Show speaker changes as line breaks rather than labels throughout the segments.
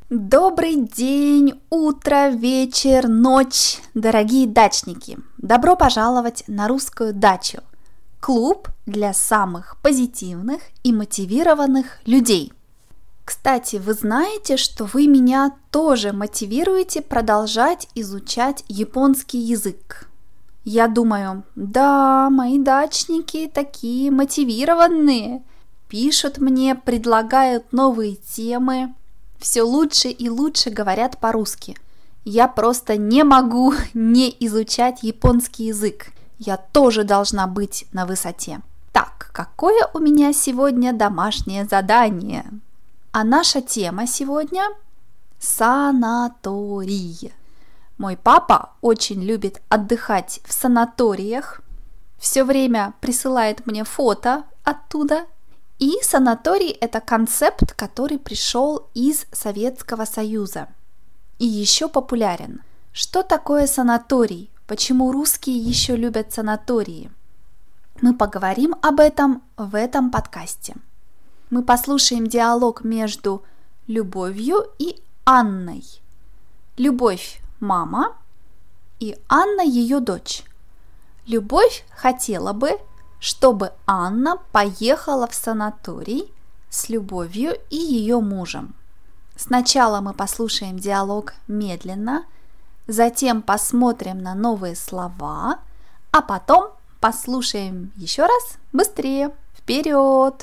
Добрый день, утро, вечер, ночь, дорогие дачники! Добро пожаловать на русскую дачу! Клуб для самых позитивных и мотивированных людей. Кстати, вы знаете, что вы меня тоже мотивируете продолжать изучать японский язык. Я думаю, да, мои дачники такие мотивированные, пишут мне, предлагают новые темы. Все лучше и лучше говорят по-русски. Я просто не могу не изучать японский язык. Я тоже должна быть на высоте. Так, какое у меня сегодня домашнее задание? А наша тема сегодня – санаторий. Мой папа очень любит отдыхать в санаториях. Все время присылает мне фото оттуда. И санаторий – это концепт, который пришел из Советского Союза и еще популярен. Что такое санаторий? Почему русские еще любят санатории? Мы поговорим об этом в этом подкасте. Мы послушаем диалог между Любовью и Анной. Любовь – мама, и Анна – ее дочь. Любовь хотела бы, чтобы Анна поехала в санаторий с Любовью и ее мужем. Сначала мы послушаем диалог медленно, затем посмотрим на новые слова, а потом послушаем еще раз быстрее. Вперед!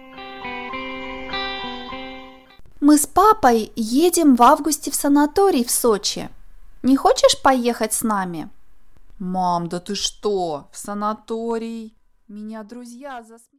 Мы с папой едем в августе в санаторий в Сочи. Не хочешь поехать с нами?
Мам, да ты что, в санаторий? Меня друзья засмеют.